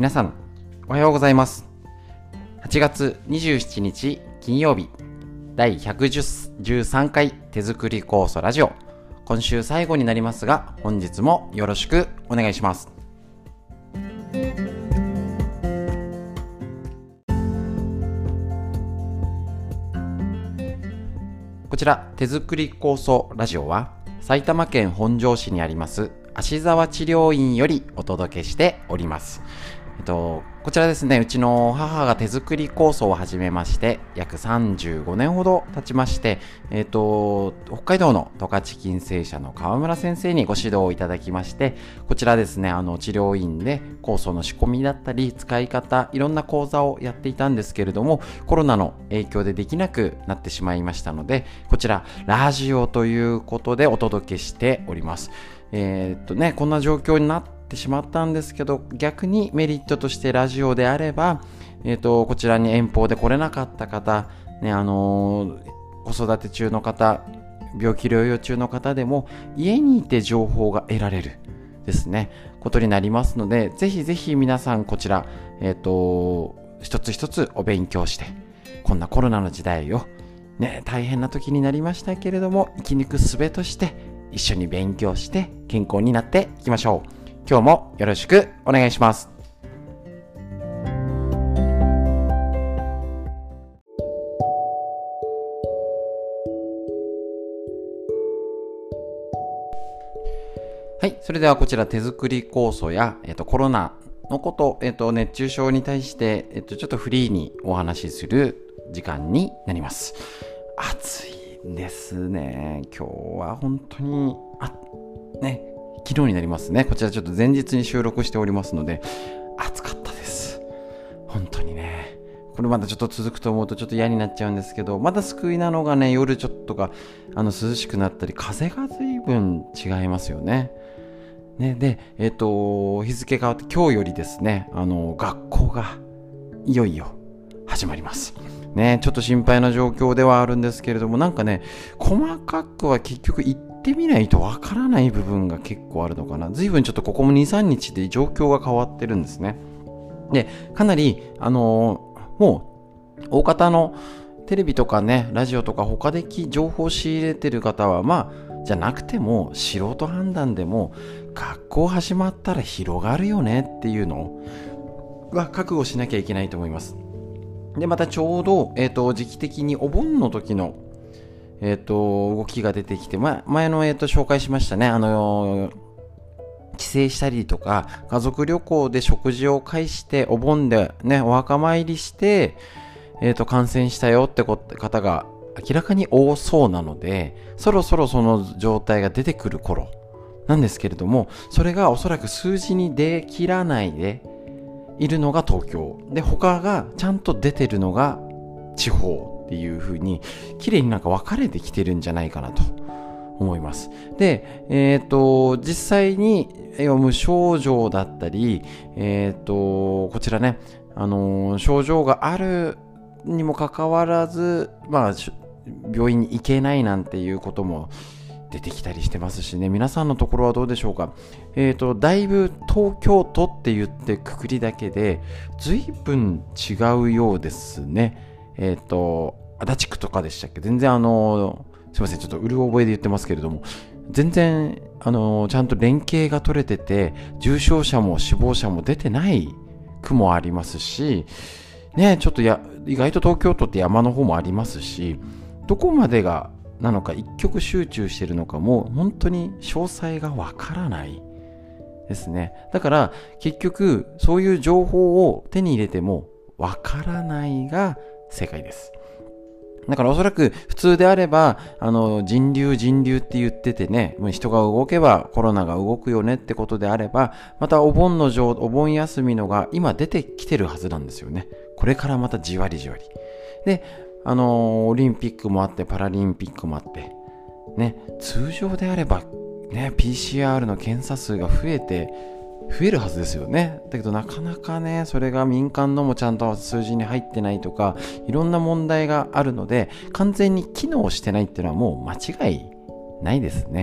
皆さんおはようございます。8月27日金曜日、第113回手作り酵素ラジオ、今週最後になりますが、本日もよろしくお願いします。こちら手作り酵素ラジオは埼玉県本庄市にあります芦沢治療院よりお届けしております。こちらですね、うちの母が手作り酵素を始めまして約35年ほど経ちまして、北海道の十勝金星社の川村先生にご指導をいただきまして、こちらですね、治療院で酵素の仕込みだったり使い方、いろんな講座をやっていたんですけれども、コロナの影響でできなくなってしまいましたので、こちらラジオということでお届けしております。こんな状況になってしまったんですけど、逆にメリットとしてラジオであれば、こちらに遠方で来れなかった方、子育て中の方、病気療養中の方でも家にいて情報が得られるですね、ことになりますので、ぜひぜひ皆さんこちら、一つ一つお勉強して、こんなコロナの時代を大変な時になりましたけれども、生き抜く術として一緒に勉強して健康になっていきましょう。今日もよろしくお願いします。はい、それではこちら手作り酵素や、コロナのこと、熱中症に対して、ちょっとフリーにお話しする時間になります。暑いですね。今日は本当に昨日になりますね。こちらちょっと前日に収録しておりますので、暑かったです。本当にね。これまだちょっと続くと思うとちょっと嫌になっちゃうんですけど、まだ救いなのがね、夜ちょっとが涼しくなったり、風が随分違いますよね。で、日付変わって今日よりですね、学校がいよいよ始まります。ちょっと心配な状況ではあるんですけれども、細かくは結局行ってみないとわからない部分が結構あるのかな。随分ちょっとここも 2,3 日で状況が変わってるんですね。で、かなりもう大方のテレビとかね、ラジオとか他で情報を仕入れてる方はじゃなくても素人判断でも学校始まったら広がるよねっていうのは覚悟しなきゃいけないと思います。で、またちょうど、時期的にお盆の時の、動きが出てきて、前の、紹介しましたね。帰省したりとか、家族旅行で食事を介して、お盆でね、お墓参りして、感染したよって方が明らかに多そうなので、そろそろその状態が出てくる頃なんですけれども、それがおそらく数字に出きらないで、いるのが東京で、他がちゃんと出てるのが地方っていう風に綺麗に分かれてきてるんじゃないかなと思います。で、実際に無症状だったり、こちらね、症状があるにもかかわらず、病院に行けないなんていうことも出てきたりしてますしね。皆さんのところはどうでしょうか。だいぶ東京都って言ってくくりだけで随分違うようですね。足立区とかでしたっけ。全然すいません、ちょっとうる覚えで言ってますけれども、全然ちゃんと連携が取れてて、重症者も死亡者も出てない区もありますしね。ちょっと意外と東京都って山の方もありますし、どこまでがなのか一極集中しているのかも本当に詳細がわからないですね。だから結局そういう情報を手に入れてもわからないが正解です。だからおそらく普通であれば人流って言っててね、人が動けばコロナが動くよねってことであれば、またお盆休みのが今出てきてるはずなんですよね。これからまたじわりで、オリンピックもあってパラリンピックもあってね、通常であればね PCR の検査数が増えるはずですよね。だけどなかなかね、それが民間のもちゃんと数字に入ってないとか、いろんな問題があるので完全に機能してないっていうのはもう間違いないですね。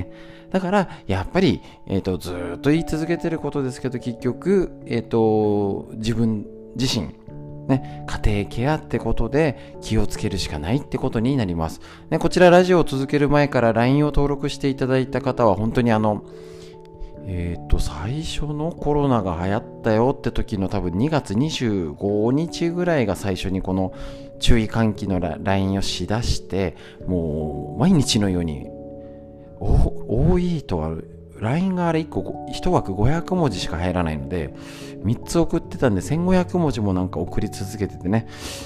だから、やっぱり、ずっと言い続けてることですけど、結局、自分自身、ね、家庭ケアってことで気をつけるしかないってことになります。ね、こちらラジオを続ける前から LINE を登録していただいた方は、本当に最初のコロナが流行ったよって時の多分2月25日ぐらいが最初にこの注意喚起の LINE をしだして、もう毎日のように多いとは LINE があれ1枠500文字しか入らないので3つ送ってたんで1500文字もなんか送り続けててね、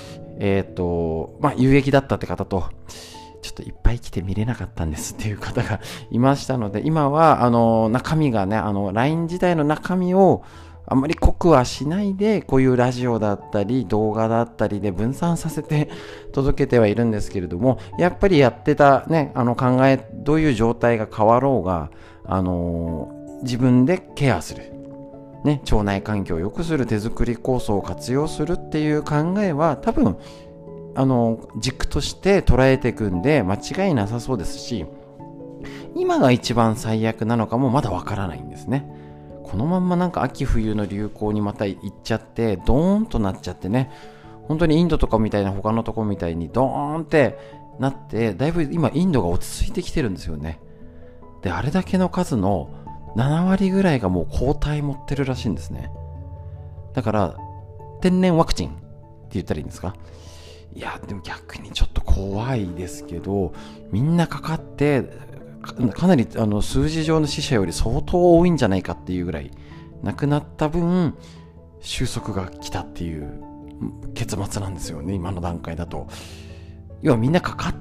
有益だったって方と、ちょっといっぱい来て見れなかったんですっていう方がいましたので、今は中身がね、LINE 自体の中身をあんまり濃くはしないで、こういうラジオだったり動画だったりで分散させて届けてはいるんですけれども、やっぱりやってたね、どういう状態が変わろうが、自分でケアする。ね、腸内環境を良くする手作り酵素を活用するっていう考えは多分軸として捉えていくんで間違いなさそうですし、今が一番最悪なのかもまだわからないんですね。このまんまなんか秋冬の流行にまた行っちゃってドーンとなっちゃってね、本当にインドとかみたいな他のとこみたいにドーンってなって、だいぶ今インドが落ち着いてきてるんですよね。で、あれだけの数の7割ぐらいがもう抗体持ってるらしいんですね。だから天然ワクチンって言ったらいいんですか。いやでも逆にちょっと怖いですけど、みんなかかってかなり数字上の死者より相当多いんじゃないかっていうぐらい亡くなった分収束が来たっていう結末なんですよね、今の段階だと。要はみんなかかって、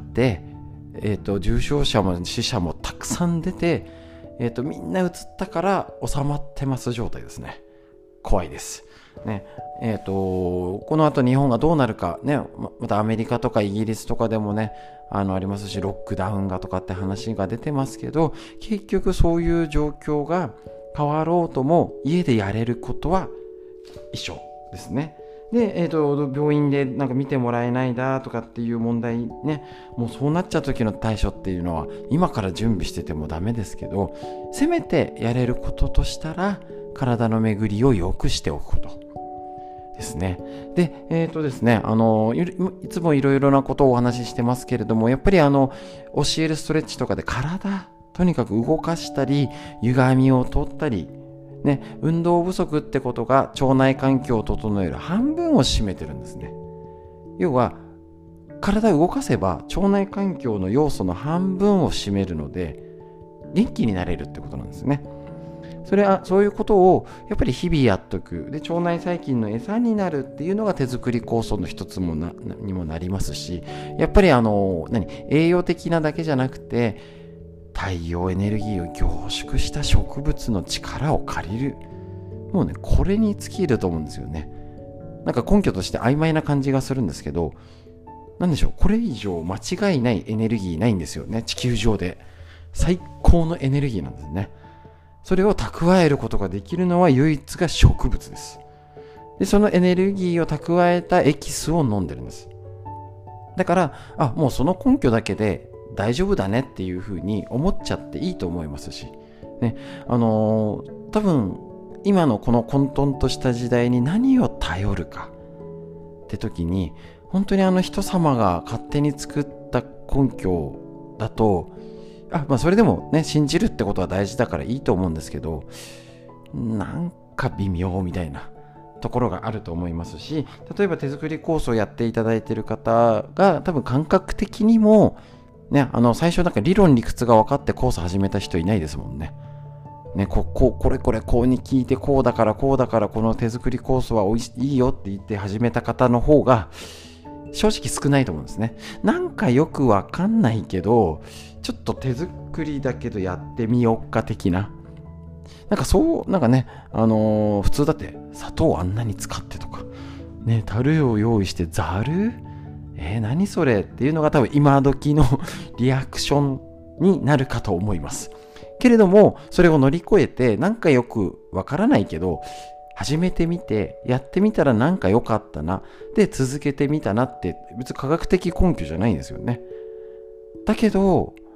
重症者も死者もたくさん出て、みんな移ったから収まってます状態ですね。怖いですね。この後日本がどうなるかね、またアメリカとかイギリスとかでもねありますし、ロックダウンがとかって話が出てますけど、結局そういう状況が変わろうとも家でやれることは一緒ですね。で、病院でなんか見てもらえないだとかっていう問題ね、もうそうなっちゃう時の対処っていうのは今から準備しててもダメですけど、せめてやれることとしたら体の巡りを良くしておくことですね。で、ですね、いつもいろいろなことをお話ししてますけれども、やっぱり教えるストレッチとかで体とにかく動かしたり歪みを取ったりね、運動不足ってことが腸内環境を整える半分を占めてるんですね。要は体を動かせば腸内環境の要素の半分を占めるので元気になれるってことなんですね。そういうことをやっぱり日々やっとく。で、腸内細菌の餌になるっていうのが手作り酵素の一つにもなりますし、やっぱり栄養的なだけじゃなくて太陽エネルギーを凝縮した植物の力を借りる。もうね、これに尽きると思うんですよね。なんか根拠として曖昧な感じがするんですけど、なんでしょう、これ以上間違いないエネルギーないんですよね。地球上で最高のエネルギーなんですね。それを蓄えることができるのは唯一が植物です。で、そのエネルギーを蓄えたエキスを飲んでるんです。だからもうその根拠だけで大丈夫だねっていうふうに思っちゃっていいと思いますし、ね、多分今のこの混沌とした時代に何を頼るかって時に、本当に人様が勝手に作った根拠だとそれでもね信じるってことは大事だからいいと思うんですけど、なんか微妙みたいなところがあると思いますし、例えば手作り酵素をやっていただいている方が多分感覚的にもね、最初なんか理論理屈が分かってコース始めた人いないですもんね。ね、これこうに聞いてこうだからこの手作りコースはいいよって言って始めた方の方が正直少ないと思うんですね。なんかよく分かんないけど、ちょっと手作りだけどやってみよっか的な。なんかね、普通だって砂糖あんなに使ってとか、ね、樽を用意してざる何それっていうのが多分今時のリアクションになるかと思いますけれども、それを乗り越えてなんかよくわからないけど始めてみてやってみたらなんか良かったなで続けてみたなって、別に科学的根拠じゃないんですよね。だけど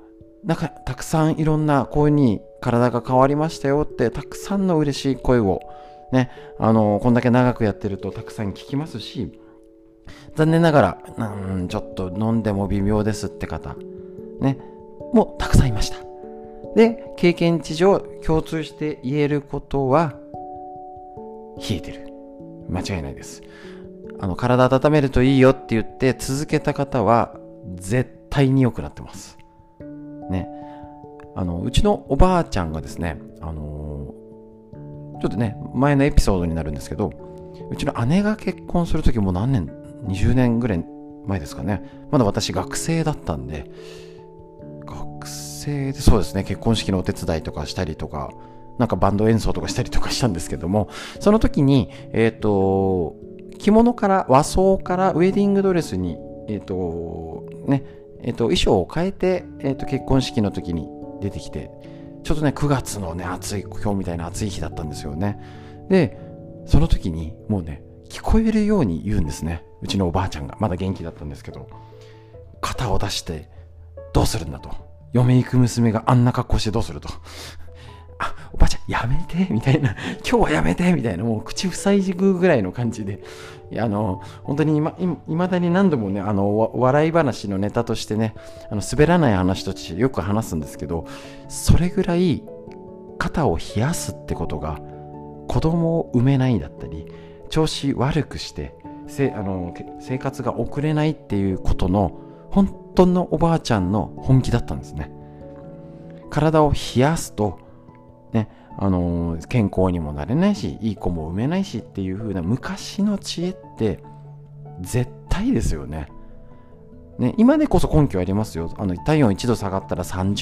なんかたくさんいろんなこういう風に体が変わりましたよってたくさんの嬉しい声をね、こんだけ長くやってるとたくさん聞きますし、残念ながらちょっと飲んでも微妙ですって方ねもうたくさんいました。で、経験値上共通して言えることは、冷えてる、間違いないです。体温めるといいよって言って続けた方は絶対に良くなってますね。うちのおばあちゃんがですね、ちょっとね前のエピソードになるんですけど、うちの姉が結婚する時も何年、20年ぐらい前ですかね。まだ私学生だったんで、学生でそうですね、結婚式のお手伝いとかしたりとか、なんかバンド演奏とかしたりとかしたんですけども、その時に着物から和装からウェディングドレスに衣装を変えて、結婚式の時に出てきて、ちょっとね9月のね暑い、今日みたいな暑い日だったんですよね。でその時にもうね聞こえるように言うんですね。うちのおばあちゃんがまだ元気だったんですけど、肩を出してどうするんだと、嫁行く娘があんな格好してどうするとおばあちゃんやめてみたいな、今日はやめてみたいな、もう口塞ぐぐらいの感じで、本当にいまだに何度もね笑い話のネタとしてね滑らない話としてよく話すんですけど、それぐらい肩を冷やすってことが子供を産めないだったり調子悪くして生活が送れないっていうことの本当のおばあちゃんの本気だったんですね。体を冷やすとね、健康にもなれないしいい子も産めないしっていう風な昔の知恵って絶対ですよね。今でこそ根拠ありますよ。体温1度下がったら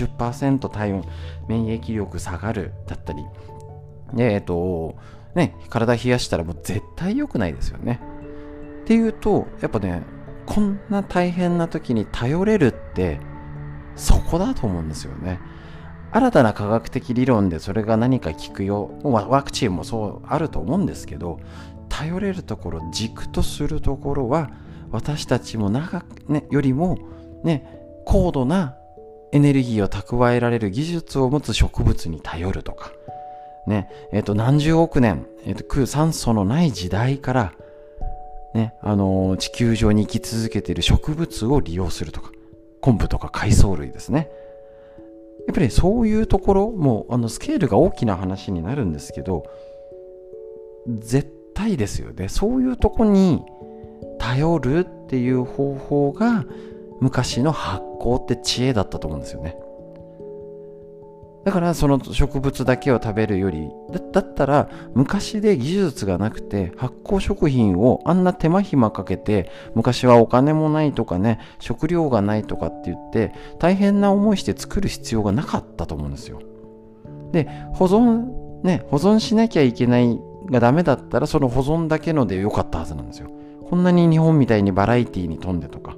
30% 体温免疫力下がるだったりで、体冷やしたらもう絶対良くないですよね。っていうとやっぱね、こんな大変な時に頼れるってそこだと思うんですよね。新たな科学的理論でそれが何か効くよ、ワクチンもそうあると思うんですけど、頼れるところ、軸とするところは私たちもよりも高度なエネルギーを蓄えられる技術を持つ植物に頼るとか何十億年、酸素のない時代から地球上に生き続けている植物を利用するとか、昆布とか海藻類ですね。やっぱりそういうところもスケールが大きな話になるんですけど、絶対ですよね。そういうとこに頼るっていう方法が昔の発酵って知恵だったと思うんですよね。だからその植物だけを食べるよりだったら、昔で技術がなくて発酵食品をあんな手間暇かけて、昔はお金もないとかね食料がないとかって言って大変な思いして作る必要がなかったと思うんですよ。で保存しなきゃいけないがダメだったらその保存だけのでよかったはずなんですよ。こんなに日本みたいにバラエティに富んでとか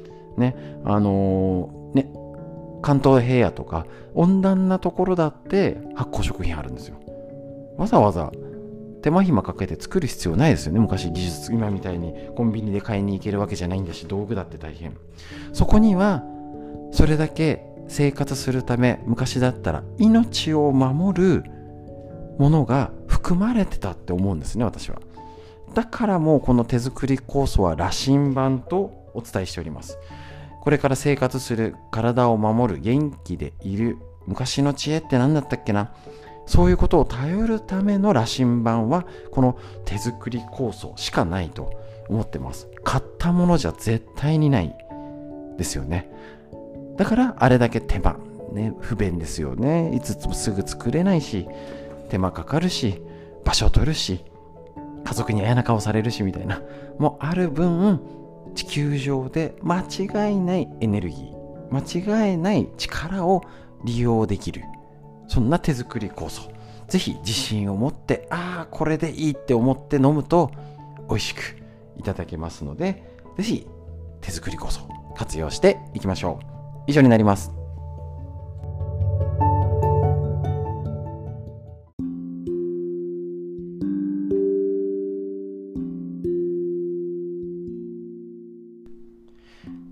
関東平野とか温暖なところだって発酵食品あるんですよ。わざわざ手間暇かけて作る必要ないですよね。昔技術、今みたいにコンビニで買いに行けるわけじゃないんだし、道具だって大変。そこにはそれだけ生活するため、昔だったら命を守るものが含まれてたって思うんですね、私は。だからもうこの手作り酵素は羅針盤とお伝えしております。これから生活する、体を守る、元気でいる昔の知恵って何だったっけな。そういうことを頼るための羅針盤はこの手作り酵素しかないと思ってます。買ったものじゃ絶対にないですよね。だからあれだけ手間不便ですよね。いつもすぐ作れないし、手間かかるし、場所取るし、家族に嫌な顔されるしみたいな、もうある分地球上で間違いないエネルギー、間違いない力を利用できる、そんな手作り酵素、ぜひ自信を持って、これでいいって思って飲むと美味しくいただけますので、ぜひ手作り酵素活用していきましょう。以上になります。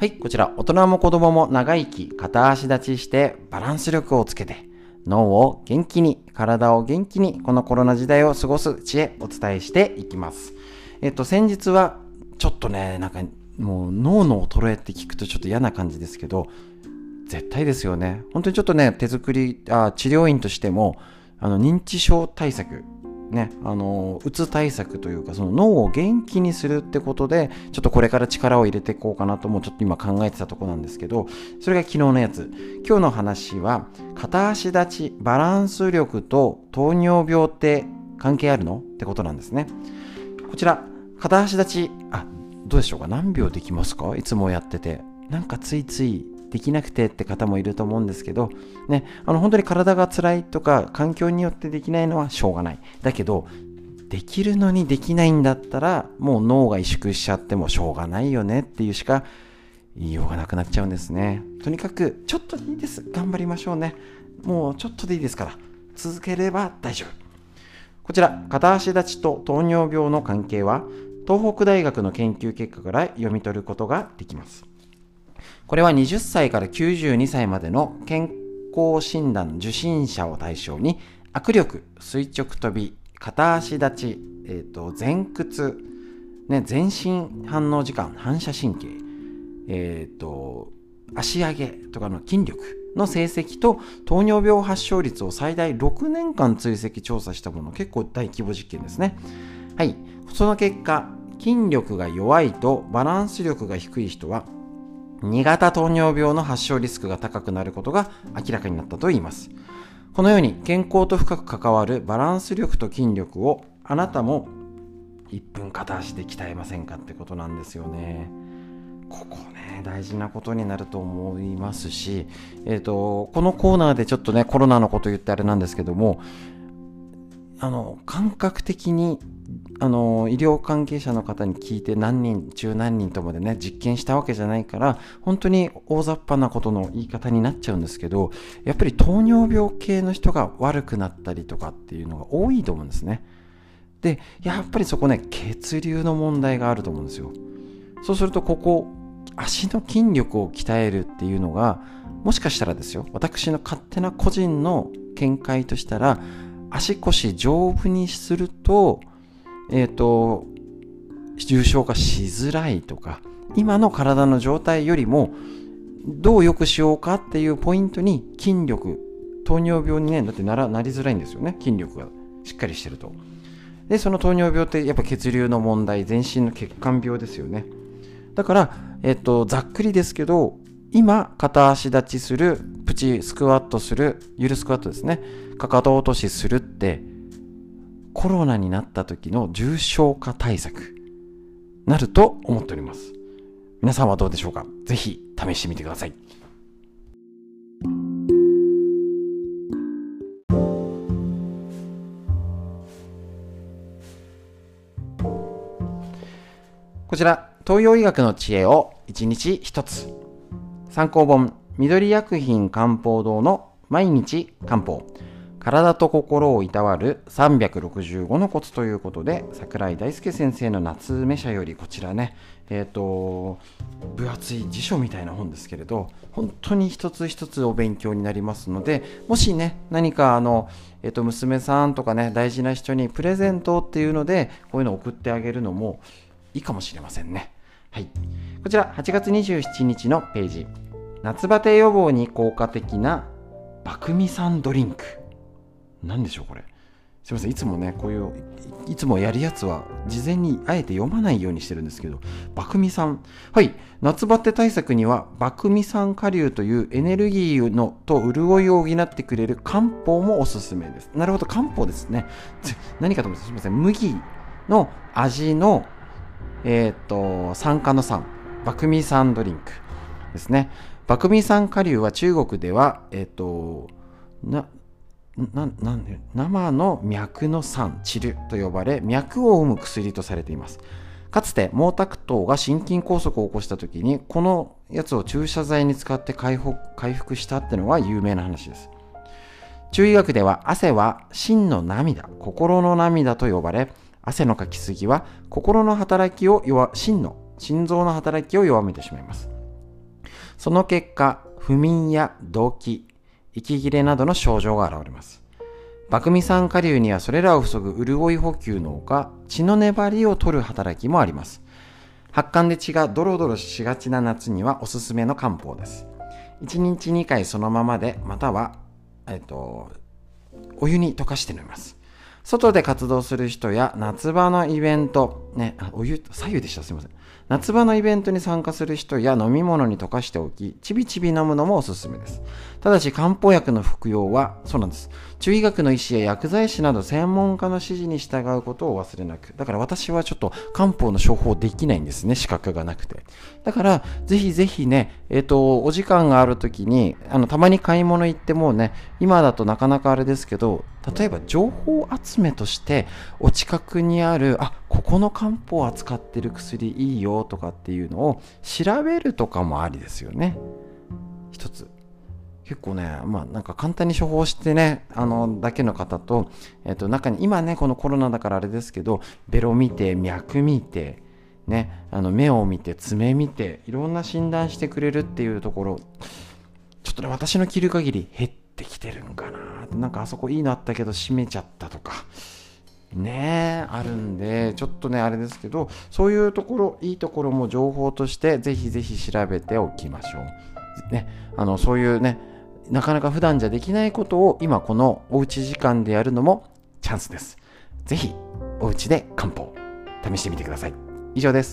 はい、こちら大人も子供も長生き、片足立ちしてバランス力をつけて脳を元気に、体を元気に、このコロナ時代を過ごす知恵お伝えしていきます。先日はちょっとね、なんかもう脳の衰えって聞くとちょっと嫌な感じですけど、絶対ですよね。本当にちょっとね、治療院としても認知症対策ね、うつ対策というか、その脳を元気にするってことで、ちょっとこれから力を入れていこうかなともちょっと今考えてたところなんですけど、それが昨日のやつ。今日の話は、片足立ち、バランス力と糖尿病って関係あるのってことなんですね。こちら、片足立ち、どうでしょうか？何秒できますか？いつもやってて。なんかついついできなくてって方もいると思うんですけど、ね、本当に体が辛いとか環境によってできないのはしょうがない。だけど、できるのにできないんだったら、もう脳が萎縮しちゃってもしょうがないよねっていうしか言いようがなくなっちゃうんですね。とにかく、ちょっとでいいです。頑張りましょうね。もうちょっとでいいですから。続ければ大丈夫。こちら、片足立ちと糖尿病の関係は、東北大学の研究結果から読み取ることができます。これは20歳から92歳までの健康診断受診者を対象に、握力、垂直跳び、片足立ち、前屈、全身反応時間、反射神経、足上げとかの筋力の成績と糖尿病発症率を最大6年間追跡調査したもの、結構大規模実験ですね。はい。その結果、筋力が弱いとバランス力が低い人は2型糖尿病の発症リスクが高くなることが明らかになったといいます。このように健康と深く関わるバランス力と筋力をあなたも1分片足で鍛えませんかってことなんですよね。ここね、大事なことになると思いますし、このコーナーでちょっとね、コロナのこと言ってあれなんですけども、感覚的に医療関係者の方に聞いて何人ともでね実験したわけじゃないから、本当に大雑把なことの言い方になっちゃうんですけど、やっぱり糖尿病系の人が悪くなったりとかっていうのが多いと思うんですね。で、やっぱりそこね、血流の問題があると思うんですよ。そうするとここ足の筋力を鍛えるっていうのが、もしかしたらですよ、私の勝手な個人の見解としたら、足腰丈夫にすると重症化しづらいとか、今の体の状態よりもどう良くしようかっていうポイントに筋力、糖尿病にね、だってなりづらいんですよね、筋力がしっかりしてると。で、その糖尿病ってやっぱ血流の問題、全身の血管病ですよね。だから、ざっくりですけど、今片足立ちする、プチスクワットする、ゆるスクワットですね、かかと落としするって、コロナになった時の重症化対策なると思っております。皆さんはどうでしょうか？ぜひ試してみてください。こちら、東洋医学の知恵を1日1つ。参考本、緑薬品漢方堂の毎日漢方。体と心をいたわる365のコツということで、櫻井大輔先生の夏目社より、こちらね、分厚い辞書みたいな本ですけれど、本当に一つ一つお勉強になりますので、もしね、何か娘さんとかね、大事な人にプレゼントっていうので、こういうのを送ってあげるのもいいかもしれませんね。はい。こちら、8月27日のページ。夏バテ予防に効果的なバクミ酸ドリンク。何でしょうこれ。すいません、いつもね、こういういつもやるやつは事前にあえて読まないようにしてるんですけど、バクミ酸、はい、夏バテ対策にはバクミ酸顆粒というエネルギーのと潤いを補ってくれる漢方もおすすめです。なるほど、漢方ですね。何かと思って、すみません、麦の味の酸化の酸、バクミ酸ドリンクですね。バクミ酸顆粒は中国では生の脈の酸、チルと呼ばれ、脈を生む薬とされています。かつて毛沢東が心筋梗塞を起こした時に、このやつを注射剤に使って回復したってのは有名な話です。中医学では汗は心の涙、心の涙と呼ばれ、汗のかきすぎは心の働きを心臓の働きを弱めてしまいます。 その結果、不眠や動悸、息切れなどの症状が現れます。麦味酸顆粒にはそれらを防ぐ潤い補給のほか、血の粘りを取る働きもあります。発汗で血がドロドロしがちな夏にはおすすめの漢方です。1日2回そのままで、または、お湯に溶かして飲みます。外で活動する人や夏場のイベント、左右でした、すいません。夏場のイベントに参加する人や飲み物に溶かしておき、ちびちび飲むのもおすすめです。ただし漢方薬の服用は、そうなんです。中医学の医師や薬剤師など専門家の指示に従うことを忘れなく。だから私はちょっと漢方の処方できないんですね、資格がなくて。だから、ぜひぜひね、お時間があるときに、たまに買い物行ってもね、今だとなかなかあれですけど、例えば情報集めとしてお近くにあるここの漢方を扱ってる薬いいよとかっていうのを調べるとかもありですよね。一つ結構ね、なんか簡単に処方してね、だけの方と、中に今ねこのコロナだからあれですけど、ベロ見て脈見てね、目を見て爪見ていろんな診断してくれるっていうところ、ちょっとね私の着る限り減ってきてるんかな。なんかあそこいいのあったけど閉めちゃったとかねあるんで、ちょっとねあれですけど、そういうところいいところも情報としてぜひぜひ調べておきましょうね。そういうねなかなか普段じゃできないことを今このおうち時間でやるのもチャンスです。ぜひおうちで漢方試してみてください。以上です。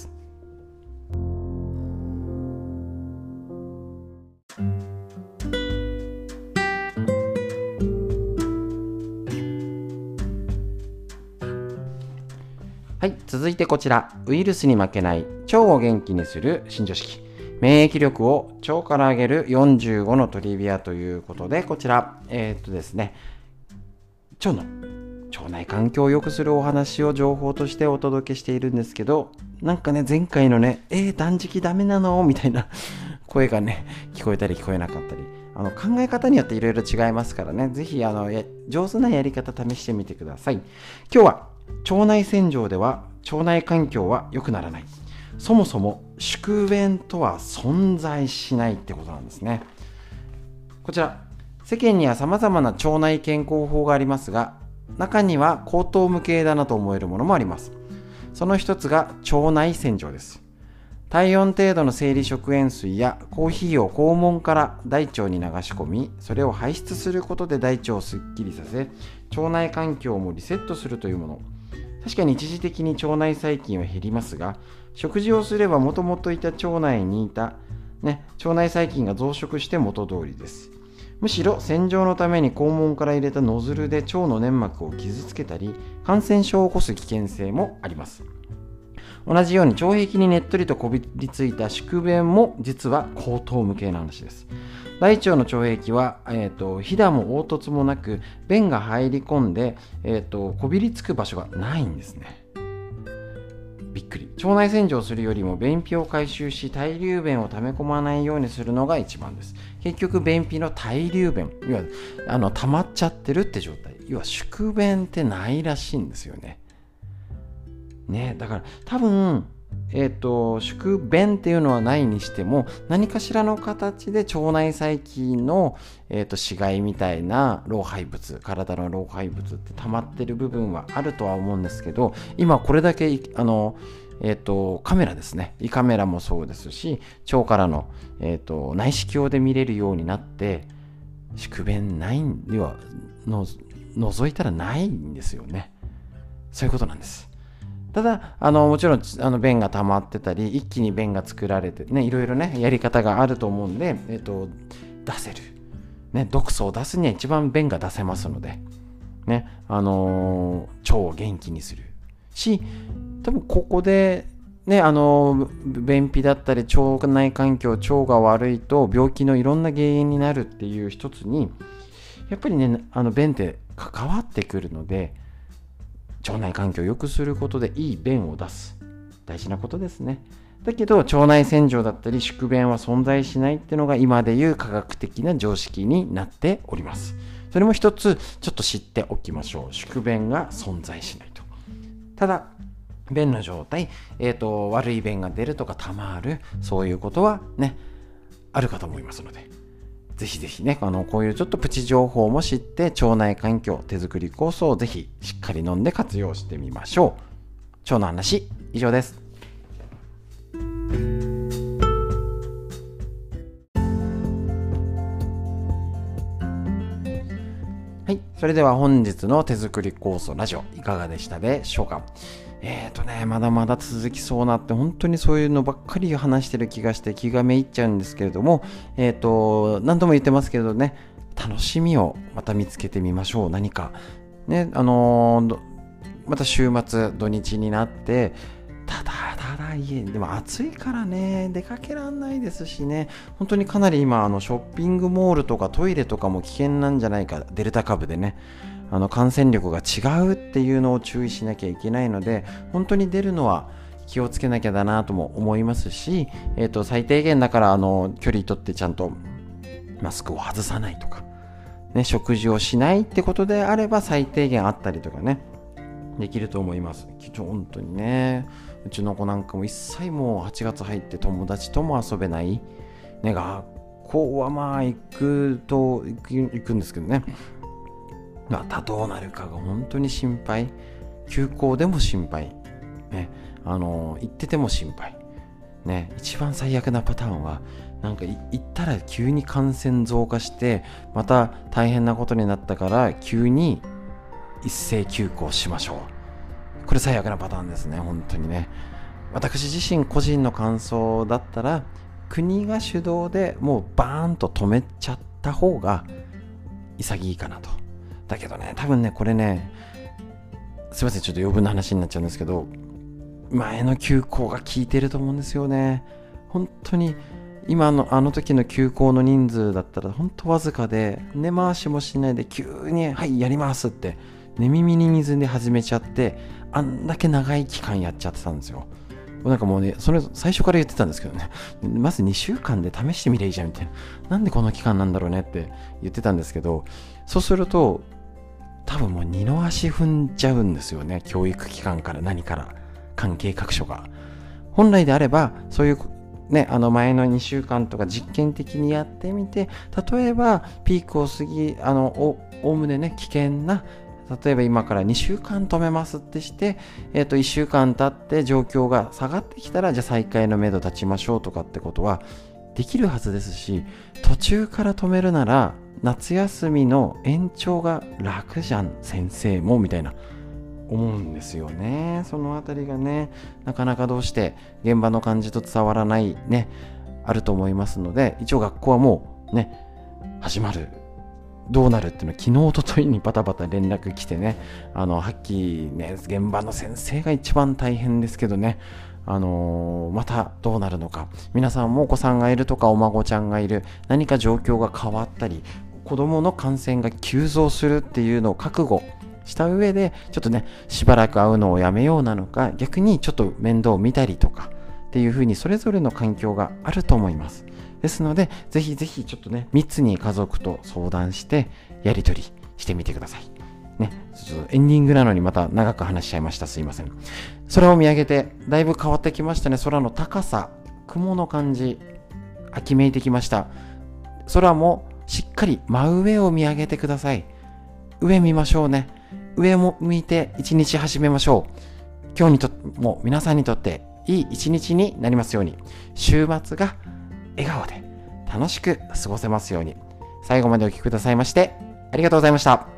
はい、続いてこちら、ウイルスに負けない腸を元気にする新常識、免疫力を腸から上げる45のトリビアということで、こちらですね、腸内環境を良くするお話を情報としてお届けしているんですけど、なんかね前回のね断食ダメなのみたいな声がね聞こえたり聞こえなかったり、考え方によっていろいろ違いますからね、ぜひ上手なやり方試してみてください。今日は腸内洗浄では腸内環境は良くならない、そもそも宿便とは存在しないってことなんですね。こちら世間には様々な腸内健康法がありますが、中には荒唐無稽だなと思えるものもあります。その一つが腸内洗浄です。体温程度の生理食塩水やコーヒーを肛門から大腸に流し込み、それを排出することで大腸をすっきりさせ、腸内環境もリセットするというもの。確かに一時的に腸内細菌は減りますが、食事をすればもともといた腸内にいた、腸内細菌が増殖して元通りです。むしろ洗浄のために肛門から入れたノズルで腸の粘膜を傷つけたり、感染症を起こす危険性もあります。同じように腸壁にねっとりとこびりついた宿便も実は荒唐無稽な話です。大腸の腸壁は、ひだも凹凸もなく、便が入り込んで、こびりつく場所がないんですね。びっくり。腸内洗浄するよりも便秘を回収し、対流便を溜め込まないようにするのが一番です。結局便秘の対流便、要は溜まっちゃってるって状態、要は宿便ってないらしいんですよね。だから多分宿便っていうのはないにしても、何かしらの形で腸内細菌の、死骸みたいな老廃物、体の老廃物って溜まってる部分はあるとは思うんですけど、今これだけカメラですね、胃カメラもそうですし、腸からの、内視鏡で見れるようになって、宿便ないには覗いたらないんですよね。そういうことなんです。ただもちろん便が溜まってたり、一気に便が作られてね、いろいろねやり方があると思うんで、出せる、毒素を出すには一番便が出せますのでね、腸を元気にするし、多分ここでね便秘だったり腸内環境、腸が悪いと病気のいろんな原因になるっていう一つにやっぱりね便って関わってくるので、腸内環境を良くすることでいい便を出す、大事なことですね。だけど腸内洗浄だったり宿便は存在しないっていうのが今でいう科学的な常識になっております。それも一つちょっと知っておきましょう。宿便が存在しないと。ただ便の状態、悪い便が出るとかたまる、そういうことはねあるかと思いますので、ぜひぜひね、こういうちょっとプチ情報も知って、腸内環境、手作り酵素をぜひしっかり飲んで活用してみましょう。腸の話、以上です。はい。それでは本日の手作り酵素ラジオいかがでしたでしょうか。まだまだ続きそうなって、本当にそういうのばっかり話してる気がして気がめいっちゃうんですけれども、何度も言ってますけどね、楽しみをまた見つけてみましょう。何か。ね、また週末、土日になって、ただ家でも暑いからね、出かけらんないですしね、本当にかなり今ショッピングモールとかトイレとかも危険なんじゃないか、デルタ株でね、感染力が違うっていうのを注意しなきゃいけないので、本当に出るのは気をつけなきゃだなとも思いますし、最低限だから距離取ってちゃんとマスクを外さないとか、ね、食事をしないってことであれば最低限あったりとかね、できると思います。本当にね、うちの子なんかも一切もう8月入って友達とも遊べない、ね、学校はまあ行くんですけどね、またどうなるかが本当に心配。休校でも心配、ね、行ってても心配、ね、一番最悪なパターンはなんか行ったら急に感染増加してまた大変なことになったから急に一斉休校しましょう。これ最悪なパターンですね、本当にね。私自身個人の感想だったら、国が主導でもうバーンと止めちゃった方が潔いかなと。だけどね、多分ね、これね、すいません、ちょっと余分な話になっちゃうんですけど、前の休校が効いてると思うんですよね。本当に今のあの時の休校の人数だったら本当わずかで、根回しもしないで急にはいやりますって寝耳に水で始めちゃって、あんだけ長い期間やっちゃってたんですよ。なんかもうね、それ最初から言ってたんですけどね、まず2週間で試してみればいいじゃんみたいな、なんでこの期間なんだろうねって言ってたんですけど、そうすると多分もう二の足踏んじゃうんですよね。教育機関から何から関係各所が。本来であればそういうね、前の2週間とか実験的にやってみて、例えばピークを過ぎおおむねね危険な、例えば今から2週間止めますってして、1週間経って状況が下がってきたら、じゃあ再開のめど立ちましょうとかってことはできるはずですし、途中から止めるなら夏休みの延長が楽じゃん先生もみたいな思うんですよね。そのあたりがね、なかなかどうして現場の感じと伝わらないね、あると思いますので、一応学校はもうね始まる、どうなるっていうのは昨日おとといにバタバタ連絡来てね、はっきりね、現場の先生が一番大変ですけどね、またどうなるのか、皆さんもお子さんがいるとかお孫ちゃんがいる、何か状況が変わったり、子供の感染が急増するっていうのを覚悟した上で、ちょっとねしばらく会うのをやめようなのか、逆にちょっと面倒を見たりとかっていう風にそれぞれの環境があると思います。ですので、ぜひぜひちょっとね密に家族と相談してやり取りしてみてくださいね。ちょっとエンディングなのにまた長く話しちゃいました、すいません。空を見上げてだいぶ変わってきましたね。空の高さ、雲の感じ、秋めいてきました。空もしっかり真上を見上げてください。上見ましょうね。上も向いて一日始めましょう。今日にとっても皆さんにとっていい一日になりますように、週末が笑顔で楽しく過ごせますように。最後までお聞きくださいましてありがとうございました。